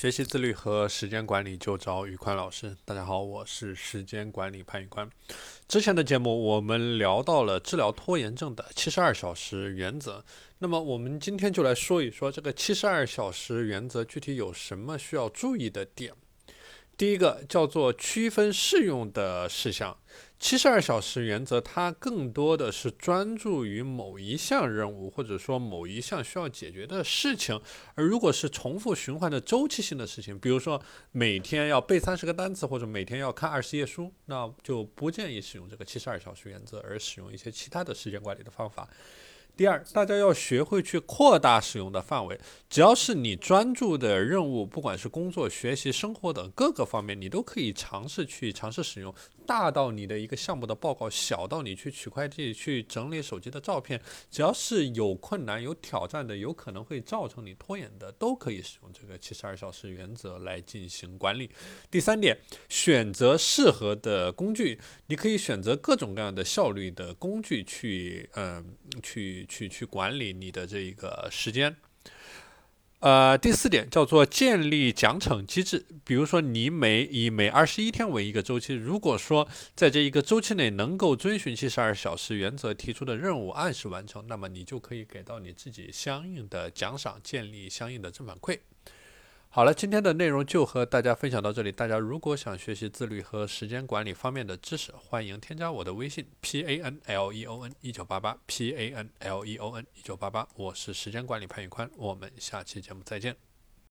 学习自律和时间管理就找宇宽老师。大家好，我是时间管理潘宇宽。之前的节目我们聊到了治疗拖延症的72小时原则，那么我们今天就来说一说这个72小时原则具体有什么需要注意的点。第一个叫做区分适用的事项。72小时原则它更多的是专注于某一项任务，或者说某一项需要解决的事情。而如果是重复循环的周期性的事情，比如说每天要背30个单词，或者每天要看20页书，那就不建议使用这个72小时原则，而使用一些其他的时间管理的方法。第二，大家要学会去扩大使用的范围。只要是你专注的任务，不管是工作、学习、生活等各个方面，你都可以尝试使用。大到你的一个项目的报告，小到你去取快递、去整理手机的照片，只要是有困难、有挑战的，有可能会造成你拖延的，都可以使用这个72小时原则来进行管理。第三点，选择适合的工具。你可以选择各种各样的效率的工具去管理你的这个时间。第四点叫做建立奖惩机制，比如说你以每21天为一个周期，如果说在这一个周期内能够遵循72小时原则提出的任务按时完成，那么你就可以给到你自己相应的奖赏，建立相应的正反馈。好了，今天的内容就和大家分享到这里。大家如果想学习自律和时间管理方面的知识，欢迎添加我的微信 PANLEON1988 PANLEON1988，我是时间管理潘宇宽，我们下期节目再见。